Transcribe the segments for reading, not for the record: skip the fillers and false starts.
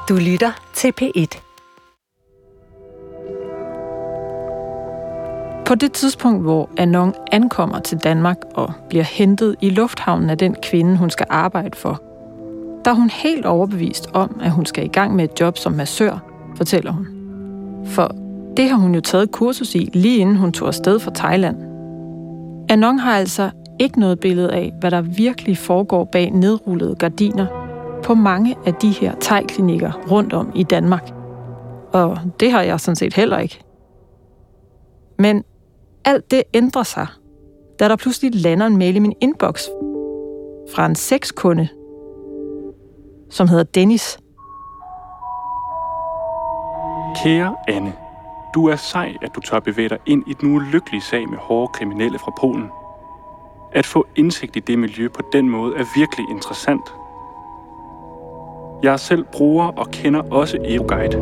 Du lytter til P1. På det tidspunkt, hvor Anon ankommer til Danmark og bliver hentet i lufthavnen af den kvinde, hun skal arbejde for, der er hun helt overbevist om, at hun skal i gang med et job som massør, fortæller hun. For det har hun jo taget kursus i, lige inden hun tog afsted fra Thailand. Anon har altså ikke noget billede af, hvad der virkelig foregår bag nedrullede gardiner på mange af de her thai-klinikker rundt om i Danmark. Og det har jeg sådan set heller ikke. Men alt det ændrer sig, da der pludselig lander en mail i min inbox fra en sexkunde, som hedder Dennis. Kære Anne, du er sej, at du tør bevæge dig ind i den ulykkelige sag med hårde kriminelle fra Polen. At få indsigt i det miljø på den måde er virkelig interessant. Jeg er selv bruger og kender også EOGuide.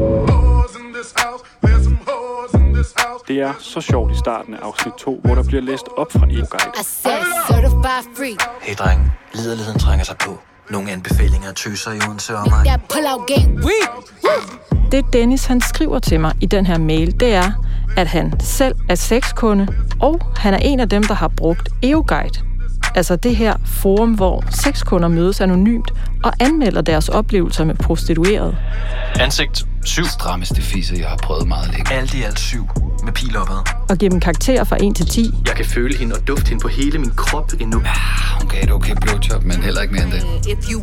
Det er så sjovt i starten af afsnit 2, hvor der bliver læst op fra EOGuide. Hey drenge, liderligheden trænger sig på. Nogle anbefalinger af tøser i Odense og mig. Det Dennis han skriver til mig i den her mail, det er, at han selv er sexkunde, og han er en af dem, der har brugt EOGuide. Altså det her forum, hvor sexkunder mødes anonymt og anmelder deres oplevelser med prostituerede. Ansigt 7. Strammeste fisse, jeg har prøvet meget længe. Alt i alt 7. Med pil opad. Og giver dem karakterer fra 1 til 10. Jeg kan føle hende og dufte hende på hele min krop endnu. Hun gav et okay blowjob, men heller ikke mere end det.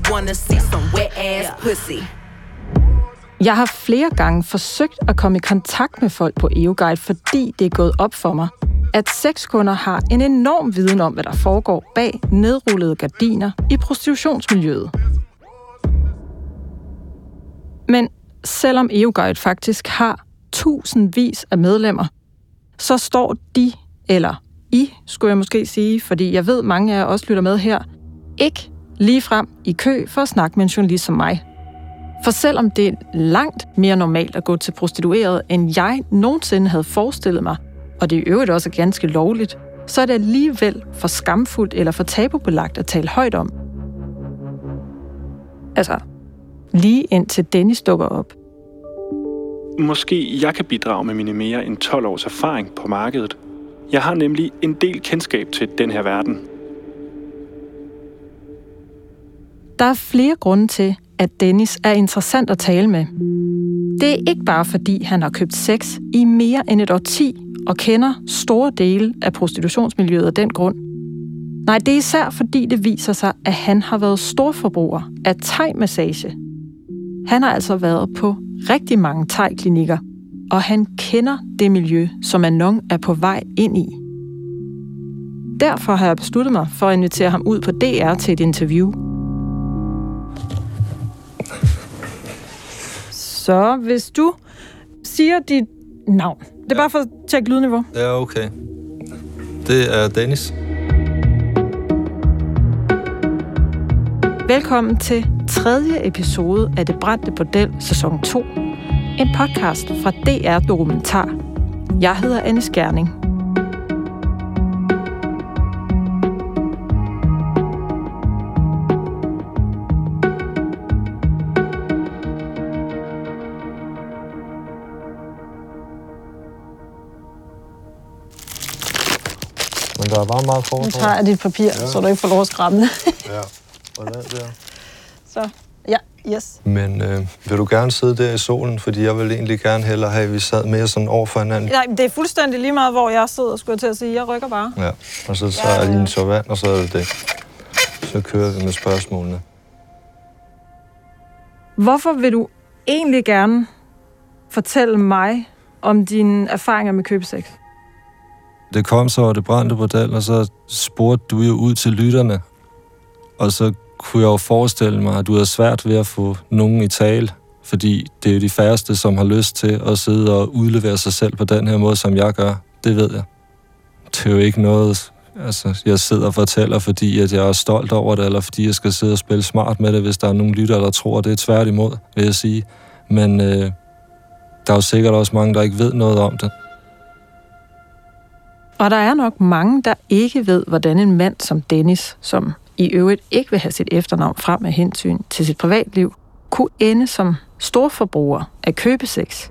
Jeg har flere gange forsøgt at komme i kontakt med folk på EOGuide, fordi det er gået op for mig, at sexkunder har en enorm viden om, hvad der foregår bag nedrullede gardiner i prostitutionsmiljøet. Men selvom EOGuide faktisk har tusindvis af medlemmer, så står de, eller I, skulle jeg måske sige, fordi jeg ved, mange af jer også lytter med her, ikke lige frem i kø for at snakke med en journalist som mig. For selvom det er langt mere normalt at gå til prostitueret, end jeg nogensinde havde forestillet mig, og det i øvrigt også er ganske lovligt, så er det alligevel for skamfuldt eller for tabubelagt at tale højt om. Altså, lige indtil Dennis dukker op. Måske jeg kan bidrage med mine mere end 12 års erfaring på markedet. Jeg har nemlig en del kendskab til den her verden. Der er flere grunde til, at Dennis er interessant at tale med. Det er ikke bare fordi, han har købt sex i mere end et årti og kender store dele af prostitutionsmiljøet af den grund. Nej, det er især fordi det viser sig, at han har været storforbruger af thai-massage. Han har altså været på rigtig mange thai-klinikker, og han kender det miljø, som Anon er på vej ind i. Derfor har jeg besluttet mig for at invitere ham ud på DR til et interview. Så hvis du siger dit navn. Det er bare for at tjekke lydniveau. Ja, okay. Det er Dennis. Velkommen til 3. episode af Det Brændte Bordel, sæson 2. En podcast fra DR Dokumentar. Jeg hedder Anne Skjerning. Men der er bare meget kort. Nu tager jeg dit papir, så du ikke får lov at skræmme det. Ja, og den der. Så, ja, yes. Men vil du gerne sidde der i solen? Fordi jeg vil egentlig gerne hellere have, at vi sad mere sådan over for hinanden. Nej, det er fuldstændig lige meget, hvor jeg sidder, skulle jeg til at sige. Jeg rykker bare. Ja, og så tager jeg lige en tår vand, og så er det det. Så kører vi med spørgsmålene. Hvorfor vil du egentlig gerne fortælle mig om dine erfaringer med købesex? Det kom så over Det Brændte Bordel, og så spurgte du jo ud til lytterne. Og så kunne jeg jo forestille mig, at du havde svært ved at få nogen i tale, fordi det er jo de færreste, som har lyst til at sidde og udlevere sig selv på den her måde, som jeg gør. Det ved jeg. Det er jo ikke noget, jeg sidder og fortæller, fordi at jeg er stolt over det, eller fordi jeg skal sidde og spille smart med det, hvis der er nogen lyttere, der tror, det er tværtimod, vil jeg sige. Men der er jo sikkert også mange, der ikke ved noget om det. Og der er nok mange, der ikke ved, hvordan en mand som Dennis, som i øvrigt ikke vil have sit efternavn frem med hensyn til sit privatliv, kunne ende som storforbruger af købesex.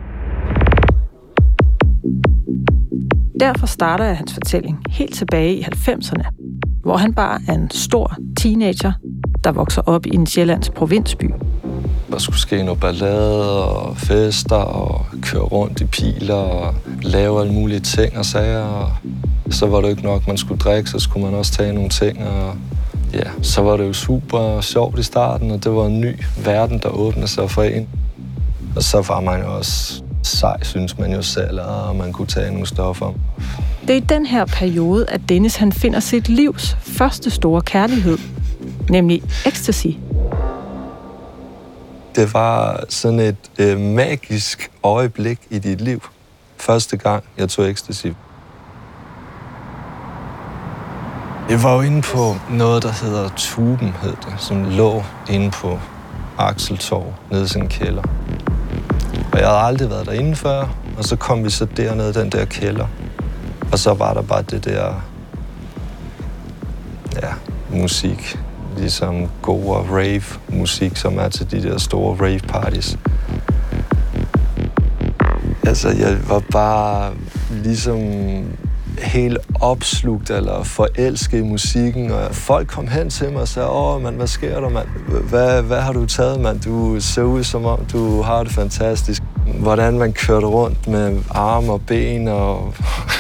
Derfor starter jeg hans fortælling helt tilbage i 90'erne, hvor han bare er en stor teenager, der vokser op i en sjællandsk provinsby. Der skulle ske noget ballade og fester og køre rundt i biler og lave alle mulige ting og sager. Og så var det ikke nok, man skulle drikke, så skulle man også tage nogle ting. Og ja, så var det jo super sjovt i starten, og det var en ny verden, der åbnede sig for en. Og så var man jo også sej, synes man jo selv, og man kunne tage nogle stoffer. Det er i den her periode, at Dennis han finder sit livs første store kærlighed, nemlig ecstasy. Det var sådan et magisk øjeblik i dit liv. Første gang, jeg tog ecstasy. Jeg var jo inde på noget, der hedder Tuben, hed det, som lå inde på Akseltorv, nede i sådan en kælder. Og jeg havde aldrig været derinde før, og så kom vi så dernede i den der kælder. Og så var der bare det der, musik, ligesom god rave-musik, som er til de der store rave-parties. Altså, jeg var bare ligesom helt opslugt eller forelsket i musikken, og folk kom hen til mig og sagde, mand, hvad sker der, mand? Hvad har du taget, mand? Du ser ud som om, du har det fantastisk. Hvordan man kørte rundt med arme og ben og,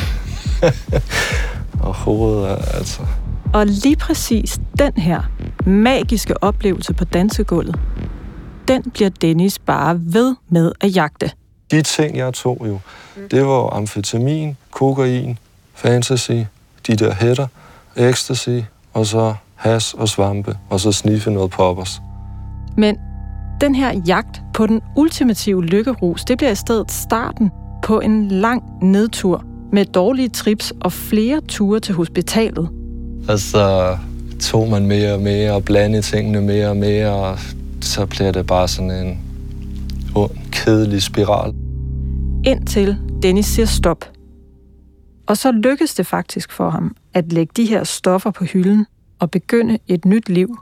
og hovedet, altså. Og lige præcis den her magiske oplevelse på dansegulvet, den bliver Dennis bare ved med at jagte. De ting, jeg tog jo, det var amfetamin, kokain, fantasy, de der hætter, ecstasy, og så hash og svampe, og så sniffe noget poppers. Men den her jagt på den ultimative lykkerus, det bliver i stedet starten på en lang nedtur med dårlige trips og flere ture til hospitalet. Og så tog man mere og mere og blandede tingene mere og mere, og så bliver det bare sådan en ond, kedelig spiral. Indtil Dennis siger stop. Og så lykkes det faktisk for ham at lægge de her stoffer på hylden og begynde et nyt liv.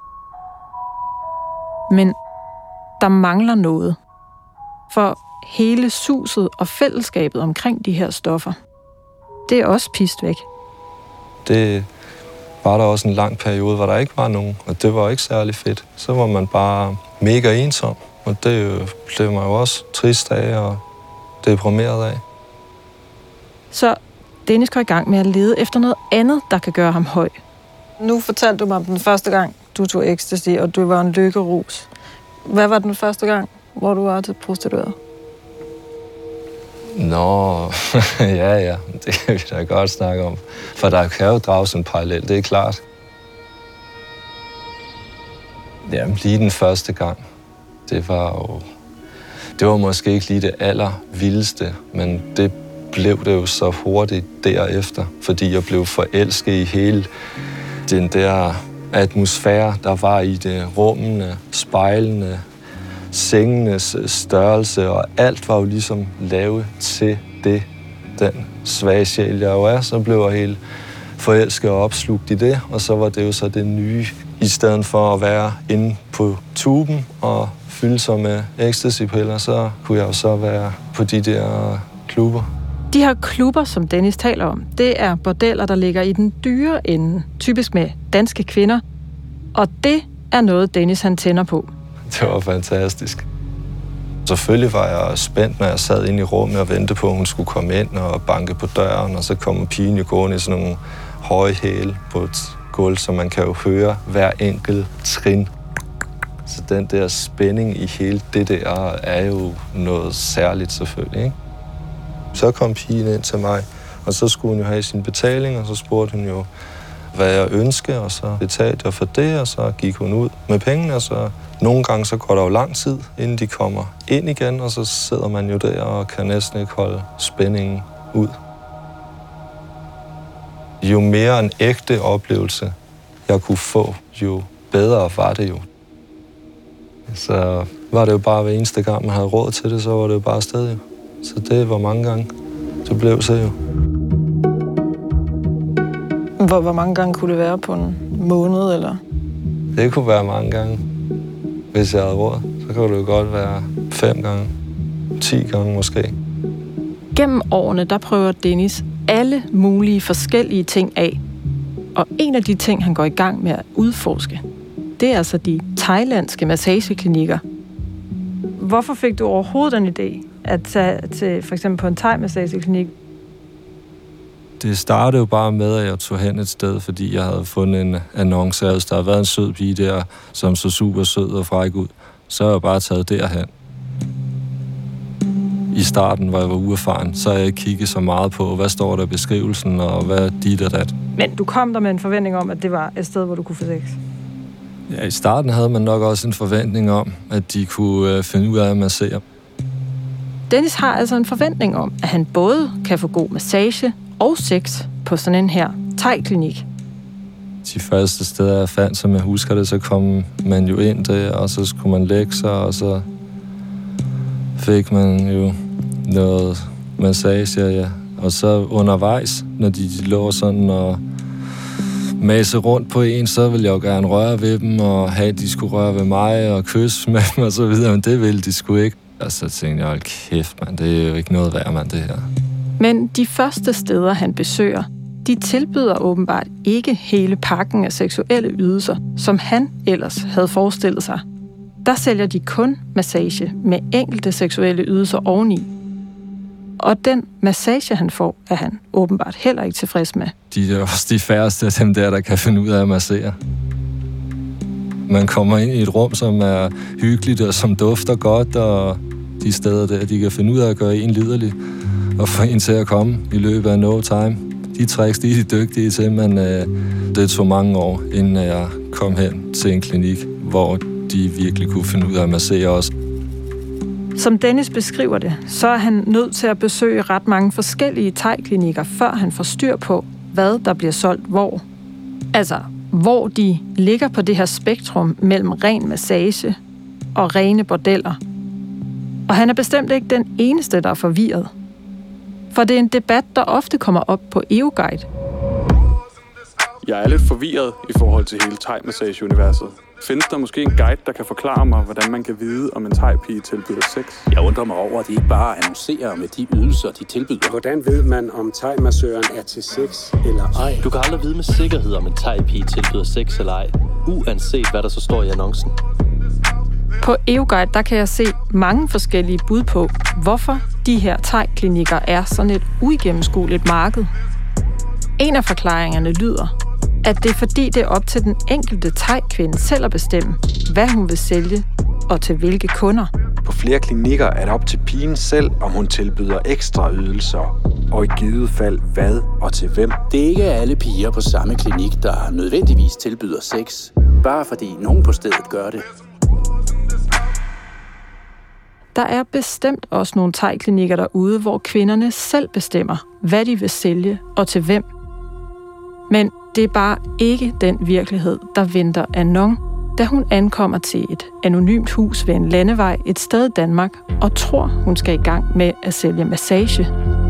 Men der mangler noget. For hele suset og fællesskabet omkring de her stoffer, det er også pist væk. Det var der også en lang periode, hvor der ikke var nogen, og det var ikke særlig fedt. Så var man bare mega ensom, og det blev man jo også trist af og deprimeret af. Så Dennis går i gang med at lede efter noget andet, der kan gøre ham høj. Nu fortalte du mig om den første gang, du tog ecstasy, og du var en lykkerus. Hvad var den første gang, hvor du var til prostitueret? Nå, ja, det kan vi da godt snakke om. For der kan jo drages en parallel, det er klart. Jamen, lige den første gang, det var måske ikke lige det allervildeste, men det blev det jo så hurtigt derefter, fordi jeg blev forelsket i hele den der atmosfære, der var i det, rummene, spejlene, sengenes størrelse, og alt var jo ligesom lavet til det, den svage sjæl, jeg jo er. Så blev jeg helt forelsket og opslugt i det, og så var det jo så det nye, i stedet for at være inde på tuben og fylde sig med ecstasy-piller, så kunne jeg jo så være på de der klubber. De her klubber, som Dennis taler om, det er bordeller, der ligger i den dyre ende, typisk med danske kvinder. Og det er noget, Dennis han tænder på. Det var fantastisk. Selvfølgelig var jeg spændt, når jeg sad inde i rummet og ventede på, at hun skulle komme ind og banke på døren, og så kommer pigen jo gående i sådan nogle høje hæle på et gulv, så man kan jo høre hver enkelt trin. Så den der spænding i hele det der er jo noget særligt selvfølgelig, ikke? Så kom pigen ind til mig, og så skulle hun jo have sin betaling, og så spurgte hun jo, hvad jeg ønskede, og så betalte jeg for det, og så gik hun ud med pengene, og så nogle gange så går der jo lang tid, inden de kommer ind igen, og så sidder man jo der og kan næsten ikke holde spændingen ud. Jo mere en ægte oplevelse jeg kunne få, jo bedre var det jo. Så var det jo bare hver eneste gang, man havde råd til det, så var det jo bare afsted jo. Så det var mange gange. Det blev så jo. Hvor mange gange kunne det være på en måned, eller? Det kunne være mange gange. Hvis jeg havde råd, så Så kan det jo godt være 5 gange, 10 gange måske. Gennem årene, der prøver Dennis alle mulige forskellige ting af. Og en af de ting, han går i gang med at udforske, det er altså de thailandske massageklinikker. Hvorfor fik du overhovedet den idé at tage til for eksempel på en thai-massageklinik? Det startede jo bare med, at jeg tog hen et sted, fordi jeg havde fundet en annonce. Der havde været en sød pige der, som så super sød og fræk ud. Så har jeg bare taget derhen. I starten, hvor jeg var uerfaren, så har jeg kigget så meget på, hvad står der i beskrivelsen, og hvad er dit og dat. Men du kom der med en forventning om, at det var et sted, hvor du kunne få sex? Ja, i starten havde man nok også en forventning om, at de kunne finde ud af at massere. Dennis har altså en forventning om, at han både kan få god massage og sex på sådan en her thai-klinik. De første steder, jeg fandt, som jeg husker det, så kom man jo ind der, og så skulle man lægge sig, og så fik man jo noget massage, ja. Og så undervejs, når de lå sådan og mase rundt på en, så ville jeg jo gerne røre ved dem, og have, at de skulle røre ved mig, og kysse med dem, og så videre, men det ville de sgu ikke. Og så tænkte jeg, hold kæft, mand, det er jo ikke noget værd, mand, det her. Men de første steder, han besøger, de tilbyder åbenbart ikke hele pakken af seksuelle ydelser, som han ellers havde forestillet sig. Der sælger de kun massage med enkelte seksuelle ydelser oveni. Og den massage, han får, er han åbenbart heller ikke tilfreds med. De er også de færreste af dem der kan finde ud af at massere. Man kommer ind i et rum, som er hyggeligt og som dufter godt, og de steder der, de kan finde ud af at gøre en liderlig og få en til at komme i løbet af no time. De tricks, de er de dygtige til, men det tog mange år, inden jeg kom hen til en klinik, hvor de virkelig kunne finde ud af at massere os. Som Dennis beskriver det, så er han nødt til at besøge ret mange forskellige thai-klinikker, før han får styr på, hvad der bliver solgt hvor. Altså, hvor de ligger på det her spektrum mellem ren massage og rene bordeller. Og han er bestemt ikke den eneste, der er forvirret. For det er en debat, der ofte kommer op på EOGuide. Jeg er lidt forvirret i forhold til hele thai-massage-universet. Findes der måske en guide, der kan forklare mig, hvordan man kan vide, om en thai-pige tilbyder sex? Jeg undrer mig over, at de ikke bare annoncerer med de ydelser, de tilbyder. Hvordan ved man, om thai-massøren er til sex eller ej? Du kan aldrig vide med sikkerhed, om en thai-pige tilbyder sex eller ej, uanset hvad der så står i annoncen. På EOGuide, der kan jeg se mange forskellige bud på, hvorfor de her thai-klinikker er sådan et uigennemskueligt marked. En af forklaringerne lyder, at det er fordi, det er op til den enkelte thai-kvinde selv at bestemme, hvad hun vil sælge og til hvilke kunder. På flere klinikker er det op til pigen selv, om hun tilbyder ekstra ydelser, og i givet fald hvad og til hvem. Det er ikke alle piger på samme klinik, der nødvendigvis tilbyder sex, bare fordi nogen på stedet gør det. Der er bestemt også nogle thai-klinikker derude, hvor kvinderne selv bestemmer, hvad de vil sælge og til hvem. Men det er bare ikke den virkelighed, der venter Anon, da hun ankommer til et anonymt hus ved en landevej et sted i Danmark og tror, hun skal i gang med at sælge massage.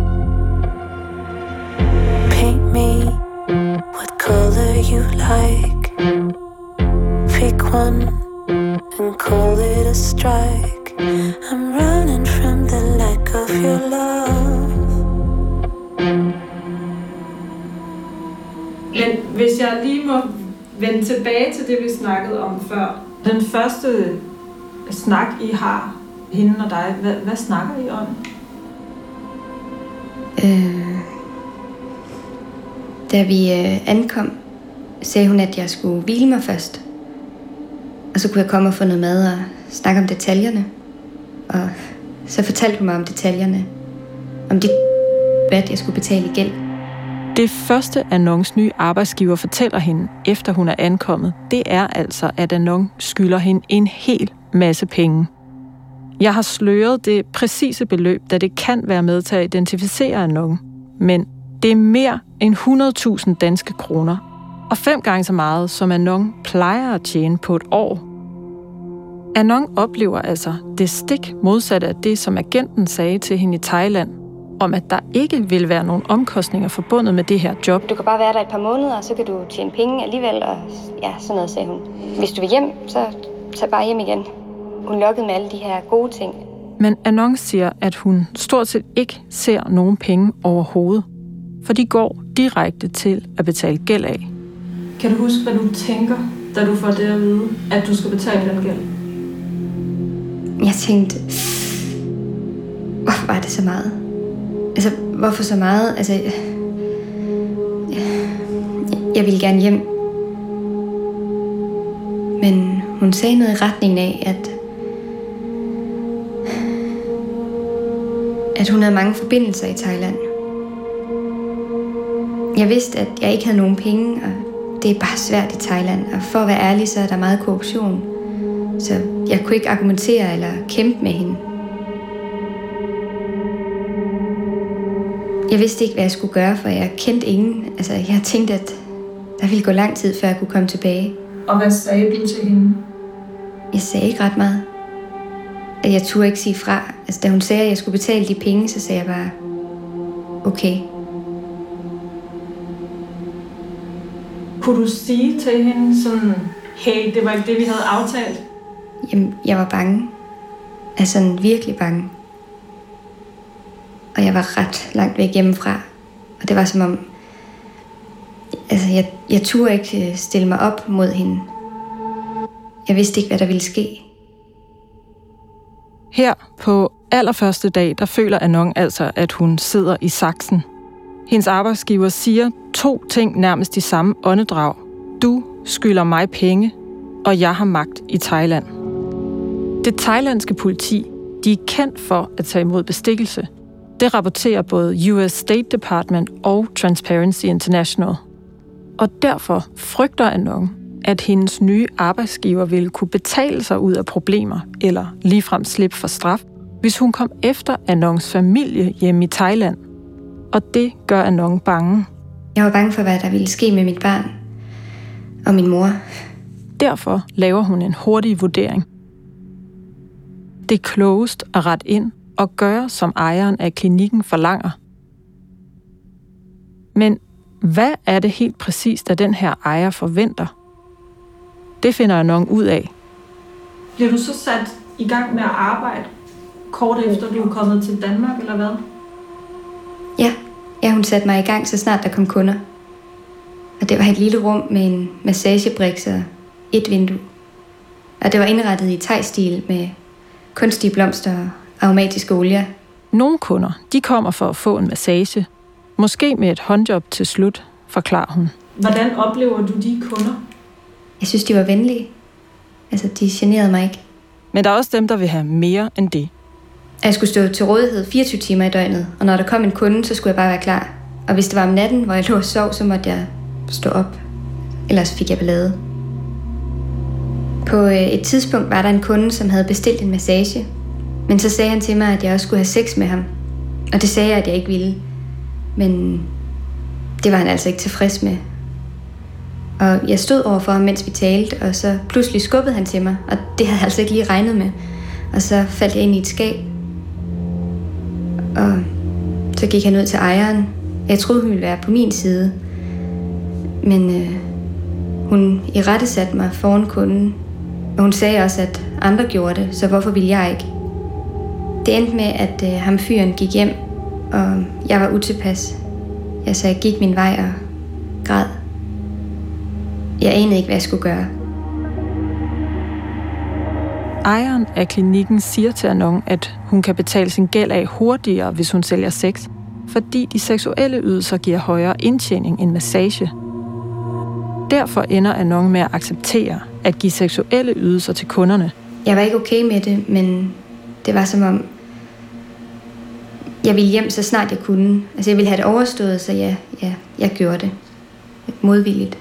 Paint me what color you like. Pick one and call it a strike. I'm running from the lack of your love. Men hvis jeg lige må vende tilbage til det, vi snakkede om før. Den første snak, I har, hende og dig, hvad snakker I om? Da vi ankom, sagde hun, at jeg skulle hvile mig først. Og så kunne jeg komme og få noget mad og snakke om detaljerne. Og så fortalte hun mig om detaljerne. Om det hvad jeg skulle betale i gæld. Det første, Anons nye arbejdsgiver fortæller hende, efter hun er ankommet, det er altså, at Anon skylder hende en hel masse penge. Jeg har sløret det præcise beløb, da det kan være med til at identificere Anon. Men det er mere end 100.000 danske kroner, og 5 gange så meget, som Anon plejer at tjene på et år. Anon oplever altså det stik modsatte af det, som agenten sagde til hende i Thailand, om at der ikke vil være nogen omkostninger forbundet med det her job. Du kan bare være der et par måneder, og så kan du tjene penge alligevel, og ja, sådan noget, sagde hun. Hvis du vil hjem, så tag bare hjem igen. hun lokkede med alle de her gode ting. Men Anon siger, at hun stort set ikke ser nogen penge overhovedet, for de går direkte til at betale gæld af. Kan du huske, hvad du tænker, da du får det at vide, at du skal betale den gæld? Jeg tænkte, hvorfor var det så meget? Altså, hvorfor så meget? Altså, jeg ville gerne hjem. Men hun sagde noget i retningen af, at hun havde mange forbindelser i Thailand. Jeg vidste, at jeg ikke havde nogen penge, og det er bare svært i Thailand. Og for at være ærlig, så er der meget korruption. Så jeg kunne ikke argumentere eller kæmpe med hende. Jeg vidste ikke, hvad jeg skulle gøre, for jeg kendte ingen. Altså, jeg tænkte, at der ville gå lang tid, før jeg kunne komme tilbage. Og hvad sagde du til hende? Jeg sagde ikke ret meget. Jeg turde ikke sige fra. Altså, da hun sagde, at jeg skulle betale de penge, så sagde jeg bare, okay. Kunne du sige til hende sådan, hey, det var ikke det, vi havde aftalt? Jamen, jeg var bange. Altså, sådan virkelig bange. Og jeg var ret langt væk hjemmefra. Og det var som om, altså, jeg turde ikke stille mig op mod hende. Jeg vidste ikke, hvad der ville ske. Her på allerførste dag, der føler Anon altså, at hun sidder i saksen. Hendes arbejdsgiver siger 2 ting nærmest i samme åndedrag. Du skylder mig penge, og jeg har magt i Thailand. Det thailandske politi, de er kendt for at tage imod bestikkelse. Det rapporterer både US State Department og Transparency International. Og derfor frygter Anon, at hendes nye arbejdsgiver ville kunne betale sig ud af problemer eller ligefrem slippe for straf, hvis hun kom efter Anons familie hjemme i Thailand. Og det gør Anon bange. Jeg var bange for, hvad der ville ske med mit barn og min mor. Derfor laver hun en hurtig vurdering. Det er klogest at rette ind og gøre, som ejeren af klinikken forlanger. Men hvad er det helt præcist, at den her ejer forventer? Det finder Anon ud af. Bliver du så sat i gang med at arbejde kort efter, du er kommet til Danmark, eller hvad? Ja, hun satte mig i gang, så snart der kom kunder. Og det var et lille rum med en massagebriks og et vindue. Og det var indrettet i thai-stil med kunstige blomster og aromatiske olier. Nogle kunder, de kommer for at få en massage. Måske med et håndjob til slut, forklarer hun. Hvordan oplever du de kunder? Jeg synes, de var venlige. Altså, de generede mig ikke. Men der er også dem, der vil have mere end det. Jeg skulle stå til rådighed 24 timer i døgnet, og når der kom en kunde, så skulle jeg bare være klar. Og hvis det var om natten, hvor jeg lå og sov, så måtte jeg stå op. Ellers fik jeg ballade. På et tidspunkt var der en kunde, som havde bestilt en massage. Men så sagde han til mig, at jeg også skulle have sex med ham. Og det sagde jeg, at jeg ikke ville. Men det var han altså ikke tilfreds med. Og jeg stod overfor ham, mens vi talte, og så pludselig skubbede han til mig. Og det havde jeg altså ikke lige regnet med. Og så faldt jeg ind i et skab. Og så gik han ud til ejeren. Jeg troede, hun ville være på min side. Men hun irettesatte mig foran kunden. Og hun sagde også, at andre gjorde det, så hvorfor ville jeg ikke? Det endte med, at ham fyren gik hjem, og jeg var utilpas. Så jeg gik min vej og græd. Jeg anede ikke, hvad jeg skulle gøre. Ejeren af klinikken siger til Anon, at hun kan betale sin gæld af hurtigere, hvis hun sælger sex, fordi de seksuelle ydelser giver højere indtjening end massage. Derfor ender Anon med at acceptere at give seksuelle ydelser til kunderne. Jeg var ikke okay med det, men det var som om, jeg ville hjem, så snart jeg kunne. Altså, jeg ville have det overstået, så jeg gjorde det. Modvilligt.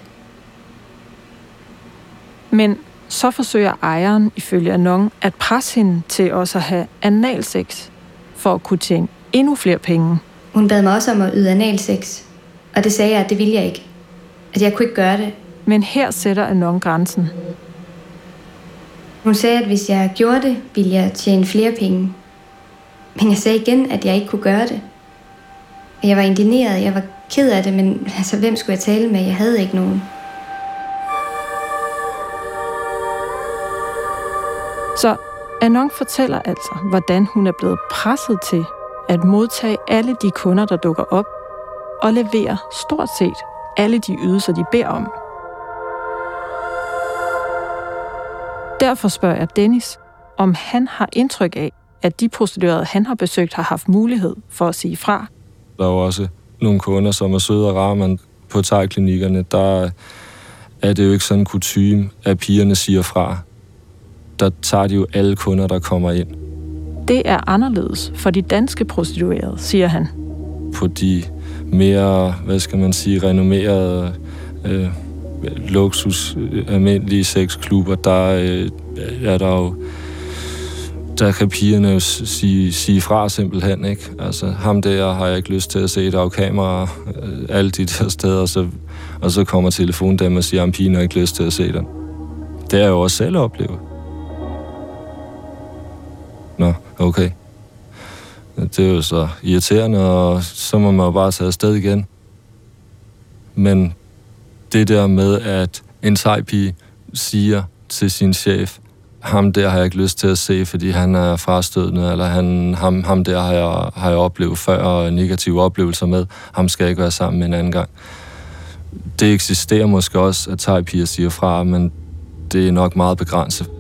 Men så forsøger ejeren, ifølge Anon, at presse hende til også at have analsex, for at kunne tjene endnu flere penge. Hun bad mig også om at yde analsex, og det sagde jeg, at det ville jeg ikke. At jeg kunne ikke gøre det. Men her sætter Anon grænsen. Hun sagde, at hvis jeg gjorde det, ville jeg tjene flere penge. Men jeg sagde igen, at jeg ikke kunne gøre det. Jeg var indigneret, jeg var ked af det, men altså, hvem skulle jeg tale med? Jeg havde ikke nogen. Så Anon fortæller altså, hvordan hun er blevet presset til at modtage alle de kunder, der dukker op, og levere stort set alle de ydelser, de beder om. Derfor spørger jeg Dennis, om han har indtryk af, at de prostituerede, han har besøgt, har haft mulighed for at sige fra. Der er jo også nogle kunder, som er søde og rare, men på thai-klinikkerne, der er det jo ikke sådan en kutyme, at pigerne siger fra. Der tager de jo alle kunder, der kommer ind. Det er anderledes for de danske prostituerede, siger han. På de mere, renommerede luksus, almindelige sexklubber, der er der jo... Der kan pigerne jo sige fra simpelthen, ikke? Altså, ham der har jeg ikke lyst til at se, der er jo kameraer alle de der steder, og så kommer telefonen dem og siger, at pigen har ikke lyst til at se den. Det er jeg jo også selv oplevet. Nå, okay. Det er jo så irriterende, og så må man jo bare tage afsted igen. Men det der med, at en thai-pige siger til sin chef, ham der har jeg ikke lyst til at se, fordi han er frastødende, eller ham der har jeg oplevet før negative oplevelser med, ham skal jeg ikke være sammen med en anden gang. Det eksisterer måske også, at thai-piger siger fra, men det er nok meget begrænset.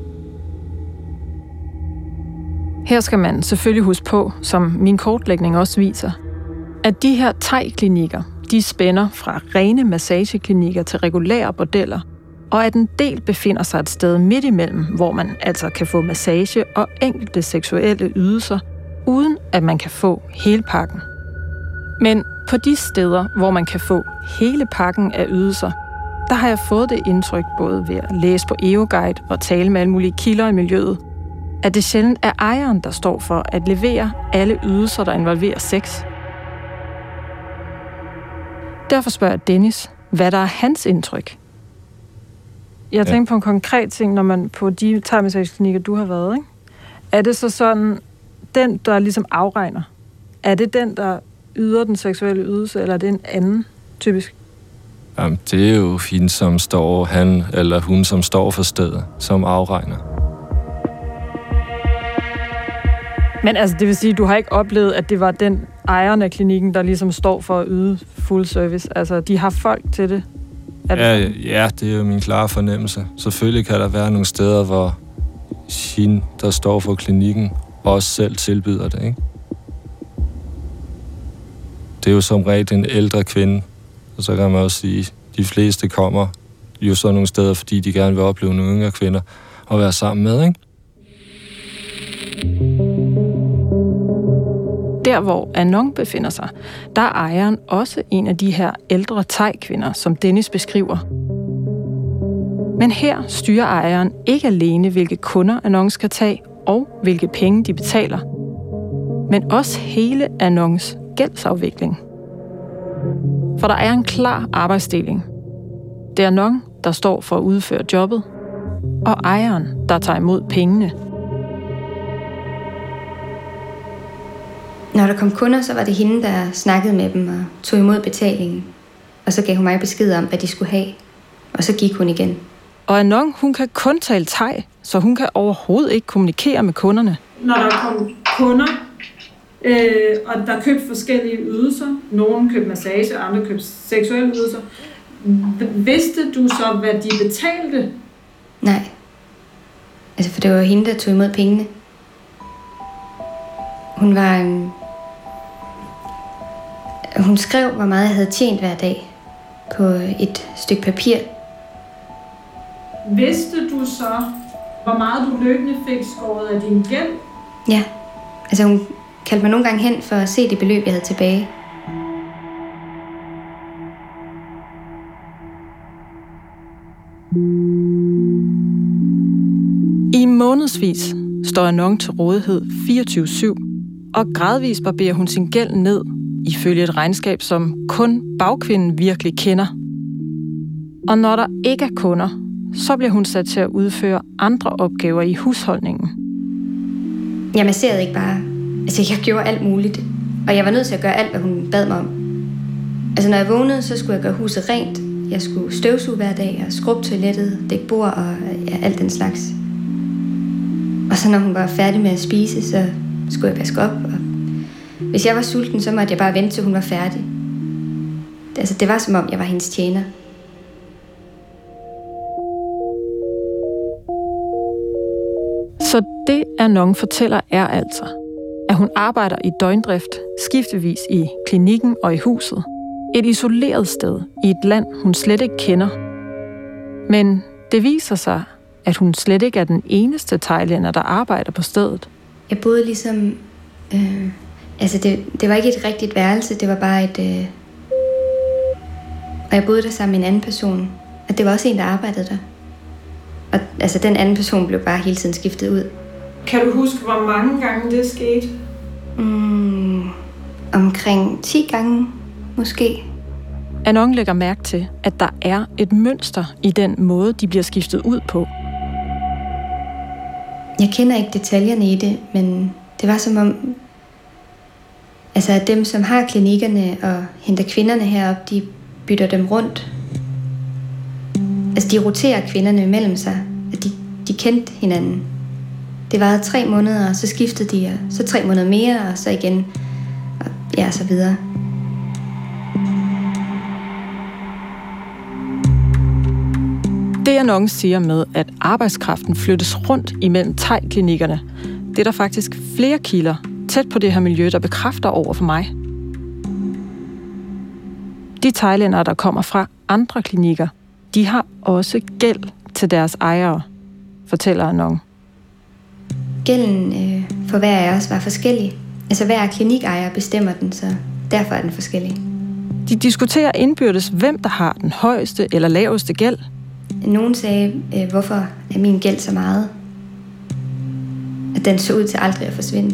Her skal man selvfølgelig huske på, som min kortlægning også viser, at de her thai-klinikker, de spænder fra rene massageklinikker til regulære bordeller, og at en del befinder sig et sted midt imellem, hvor man altså kan få massage og enkelte seksuelle ydelser, uden at man kan få hele pakken. Men på de steder, hvor man kan få hele pakken af ydelser, der har jeg fået det indtryk, både ved at læse på EOGuide og tale med alle mulige kilder i miljøet, at det sjældent er ejeren, der står for at levere alle ydelser, der involverer sex. Derfor spørger jeg Dennis, hvad der er hans indtryk. Jeg tænker på en konkret ting, når man på de thai-massageklinikker, du har været, ikke? Er det så sådan, den, der ligesom afregner, er det den, der yder den seksuelle ydelse, eller er det en anden, typisk? Jamen, det er jo hende, som står, han eller hun, som står for stedet, som afregner. Men altså, det vil sige, du har ikke oplevet, at det var den ejeren af klinikken, der ligesom står for at yde full service? Altså, de har folk til det? Ja, det er jo min klare fornemmelse. Selvfølgelig kan der være nogle steder, hvor hende, der står for klinikken, også selv tilbyder det, ikke? Det er jo som regel en ældre kvinde, og så kan man også sige, at de fleste kommer jo så nogle steder, fordi de gerne vil opleve nogle yngre kvinder og være sammen med, ikke? Der, hvor Anon befinder sig, der er ejeren også en af de her ældre thai-kvinder, som Dennis beskriver. Men her styrer ejeren ikke alene, hvilke kunder Anon skal tage, og hvilke penge de betaler, men også hele Anons gældsafvikling. For der er en klar arbejdsdeling. Det er Anon, der står for at udføre jobbet, og ejeren, der tager imod pengene. Når der kom kunder, så var det hende, der snakkede med dem og tog imod betalingen. Og så gav hun mig besked om, hvad de skulle have. Og så gik hun igen. Og Anon, hun kan kun tale thai, så hun kan overhovedet ikke kommunikere med kunderne. Når der kom kunder, og der købte forskellige ydelser, nogle købte massage, andre købte seksuelle ydelser, vidste du så, hvad de betalte? Nej. Altså, for det var hende, der tog imod pengene. Hun skrev, hvor meget jeg havde tjent hver dag på et stykke papir. Vidste du så, hvor meget du løbende fik skåret af din gæld? Ja, altså hun kaldte mig nogle gange hen for at se det beløb, jeg havde tilbage. I månedsvis står Anon til rådighed 24/7, og gradvist barberer hun sin gæld ned, ifølge et regnskab, som kun bagkvinden virkelig kender. Og når der ikke er kunder, så bliver hun sat til at udføre andre opgaver i husholdningen. Jeg masserede ikke bare. Altså, jeg gjorde alt muligt. Og jeg var nødt til at gøre alt, hvad hun bad mig om. Altså, når jeg vågnede, så skulle jeg gøre huset rent. Jeg skulle støvsuge hver dag og skrubbe toilettet, dække bord og alt den slags. Og så når hun var færdig med at spise, så skulle jeg vaske op. Og hvis jeg var sulten, så måtte jeg bare vente, til hun var færdig. Altså, det var som om, jeg var hendes tjener. Så det, Anon fortæller, er altså, at hun arbejder i døgndrift, skiftevis i klinikken og i huset. Et isoleret sted i et land, hun slet ikke kender. Men det viser sig, at hun slet ikke er den eneste thailænder, der arbejder på stedet. Jeg boede ligesom... det var ikke et rigtigt værelse, det var bare et... Og jeg boede der sammen med en anden person. Og det var også en, der arbejdede der. Og altså, den anden person blev bare hele tiden skiftet ud. Kan du huske, hvor mange gange det skete? Omkring 10 gange, måske. Anon lægger mærke til, at der er et mønster i den måde, de bliver skiftet ud på. Jeg kender ikke detaljerne i det, men det var som om, altså at dem, som har klinikkerne og henter kvinderne herop, de bytter dem rundt. Altså de roterer kvinderne imellem sig, at de kendte hinanden. Det varede 3 måneder, og så skiftede de, og så 3 måneder mere, og så igen, og ja, så videre. Det Anon siger med, at arbejdskraften flyttes rundt imellem thai-klinikkerne, det er der faktisk flere kilder tæt på det her miljø, der bekræfter over for mig. De thailændere, der kommer fra andre klinikker, de har også gæld til deres ejere, fortæller Anon. Gælden for hver af os var forskellig. Altså hver klinikejer bestemmer den, så derfor er den forskellig. De diskuterer indbyrdes, hvem der har den højeste eller laveste gæld. Nogen sagde, hvorfor er min gæld så meget? At den så ud til aldrig at forsvinde.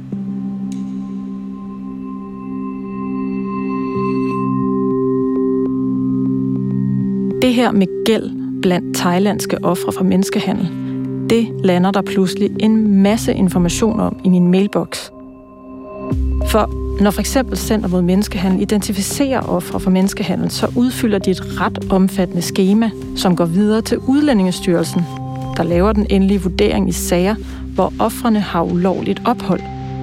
Det her med gæld blandt thailandske ofre for menneskehandel, det lander der pludselig en masse information om i min mailbox. For når for eksempel Center mod Menneskehandel identificerer ofre for menneskehandel, så udfylder de et ret omfattende skema, som går videre til Udlændingestyrelsen, der laver den endelige vurdering i sager, hvor ofrene har ulovligt ophold.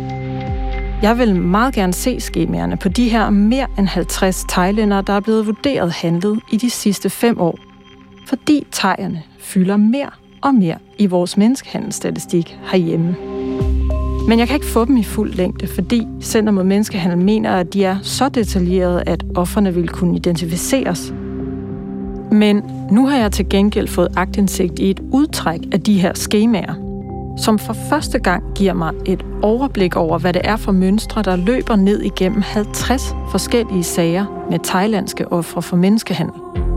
Jeg vil meget gerne se skemaerne på de her mere end 50 thailændere, der er blevet vurderet handlet i de sidste 5 år. Fordi thaierne fylder mere og mere i vores menneskehandelsstatistik herhjemme. Men jeg kan ikke få dem i fuld længde, fordi Center mod Menneskehandel mener, at de er så detaljerede, at ofrene vil kunne identificeres. Men nu har jeg til gengæld fået aktindsigt i et udtræk af de her skemaer, som for første gang giver mig et overblik over, hvad det er for mønstre, der løber ned igennem 50 forskellige sager med thailandske ofre for menneskehandel.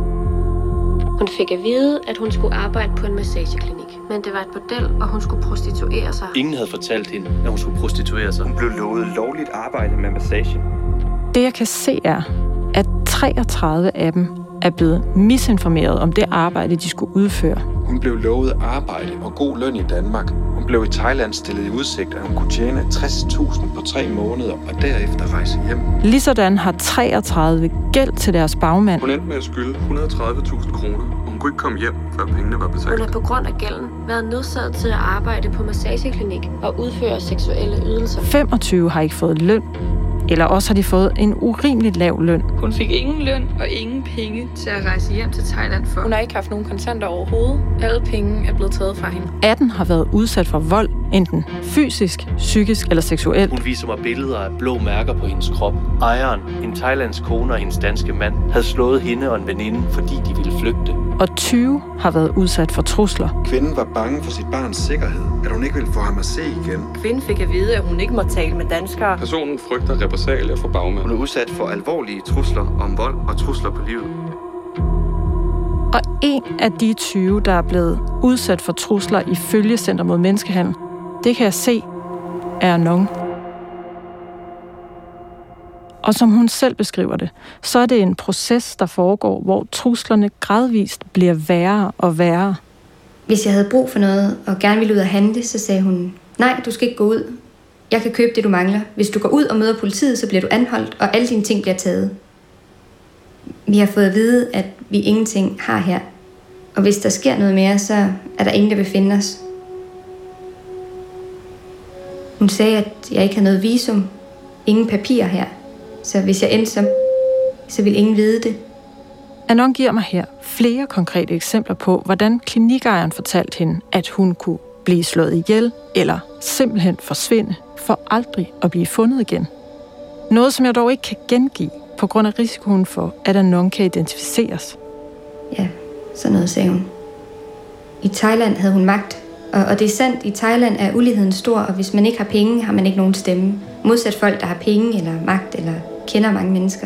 Hun fik at vide, at hun skulle arbejde på en massageklinik. Men det var et bordel, og hun skulle prostituere sig. Ingen havde fortalt hende, at hun skulle prostituere sig. Hun blev lovet lovligt arbejde med massage. Det jeg kan se er, at 33 af dem er blevet misinformeret om det arbejde, de skulle udføre. Hun blev lovet arbejde og god løn i Danmark. Hun blev i Thailand stillet i udsigt, at hun kunne tjene 60.000 på 3 måneder og derefter rejse hjem. Ligesådan har 33 gæld til deres bagmand. Hun endte med at skylde 130.000 kroner, og hun kunne ikke komme hjem, før pengene var betalt. Hun har på grund af gælden været nødsaget til at arbejde på massageklinik og udføre seksuelle ydelser. 25 har ikke fået løn. Eller også har de fået en urimelig lav løn. Hun fik ingen løn og ingen penge til at rejse hjem til Thailand for. Hun har ikke haft nogen kontanter overhovedet. Alle penge er blevet taget fra hende. 18 har været udsat for vold, enten fysisk, psykisk eller seksuelt. Hun viser mig billeder af blå mærker på hendes krop. Ejeren, en thailandsk kone og hendes danske mand, havde slået hende og en veninde, fordi de ville flygte. Og 20 har været udsat for trusler. Kvinden var bange for sit barns sikkerhed, at hun ikke ville få ham at se igen. Kvinden fik at vide, at hun ikke må tale med danskere. Personen frygter repressalier fra bagmænd. Hun er udsat for alvorlige trusler om vold og trusler på livet. Og en af de 20, der er blevet udsat for trusler ifølge Center mod Menneskehandel, det kan jeg se, er Anon. Og som hun selv beskriver det, så er det en proces, der foregår, hvor truslerne gradvist bliver værre og værre. Hvis jeg havde brug for noget og gerne ville ud og handle, så sagde hun, nej, du skal ikke gå ud. Jeg kan købe det, du mangler. Hvis du går ud og møder politiet, så bliver du anholdt, og alle dine ting bliver taget. Vi har fået at vide, at vi ingenting har her. Og hvis der sker noget mere, så er der ingen, der vil finde os. Hun sagde, at jeg ikke havde noget visum, ingen papirer her. Så hvis jeg endte så ville ingen vide det. Anon giver mig her flere konkrete eksempler på, hvordan klinikejeren fortalte hende, at hun kunne blive slået ihjel eller simpelthen forsvinde for aldrig at blive fundet igen. Noget, som jeg dog ikke kan gengive på grund af risikoen for, at Anon kan identificeres. Ja, sådan noget sagde hun. I Thailand havde hun magt, og det er sandt, i Thailand er uligheden stor, og hvis man ikke har penge, har man ikke nogen stemme. Modsat folk, der har penge eller magt eller kender mange mennesker.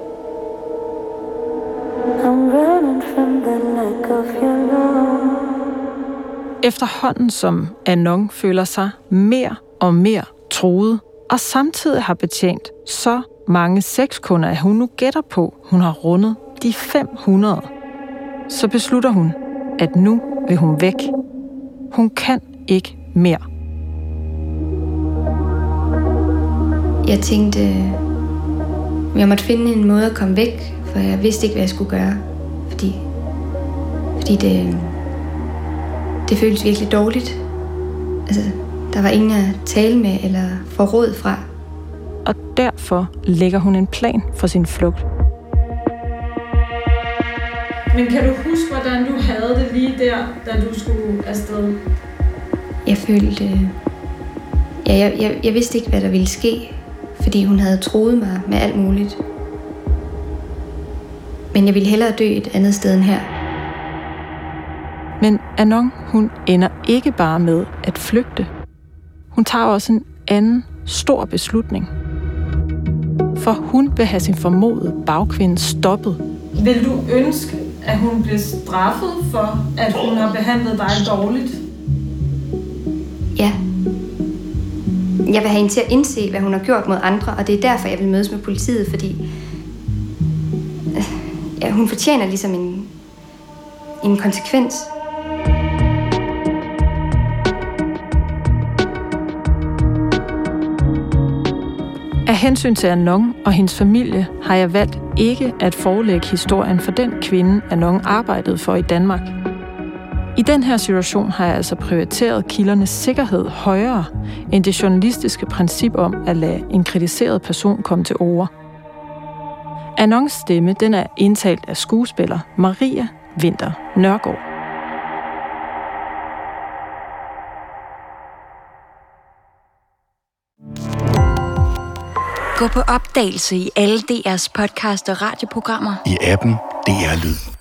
Efterhånden som Anon føler sig mere og mere truet, og samtidig har betjent så mange sexkunder, at hun nu gætter på, hun har rundet de 500, så beslutter hun, at nu vil hun væk. Hun kan ikke mere. Jeg tænkte, jeg måtte finde en måde at komme væk, for jeg vidste ikke, hvad jeg skulle gøre. Fordi det føltes virkelig dårligt. Altså, der var ingen at tale med eller få råd fra. Og derfor lægger hun en plan for sin flugt. Men kan du huske, hvordan du havde det lige der, da du skulle afsted? Jeg følte... Jeg vidste ikke, hvad der ville ske, fordi hun havde truet mig med alt muligt. Men jeg ville hellere dø et andet sted end her. Men Anon, hun ender ikke bare med at flygte. Hun tager også en anden stor beslutning. For hun vil have sin formodede bagkvinde stoppet. Vil du ønske, at hun blev straffet for, at hun har behandlet dig dårligt? Ja. Jeg vil have hende til at indse, hvad hun har gjort mod andre, og det er derfor, jeg vil mødes med politiet, fordi hun fortjener ligesom en konsekvens. Af hensyn til Anon og hendes familie har jeg valgt ikke at forelægge historien for den kvinde, Anon arbejdede for i Danmark. I den her situation har jeg altså prioriteret kildernes sikkerhed højere end det journalistiske princip om at lade en kritiseret person komme til orde. Anons stemme, den er indtalt af skuespiller Maria Winther Nørgaard. Gå på opdagelse i alle DR's podcast og radioprogrammer. I appen DR Lyd.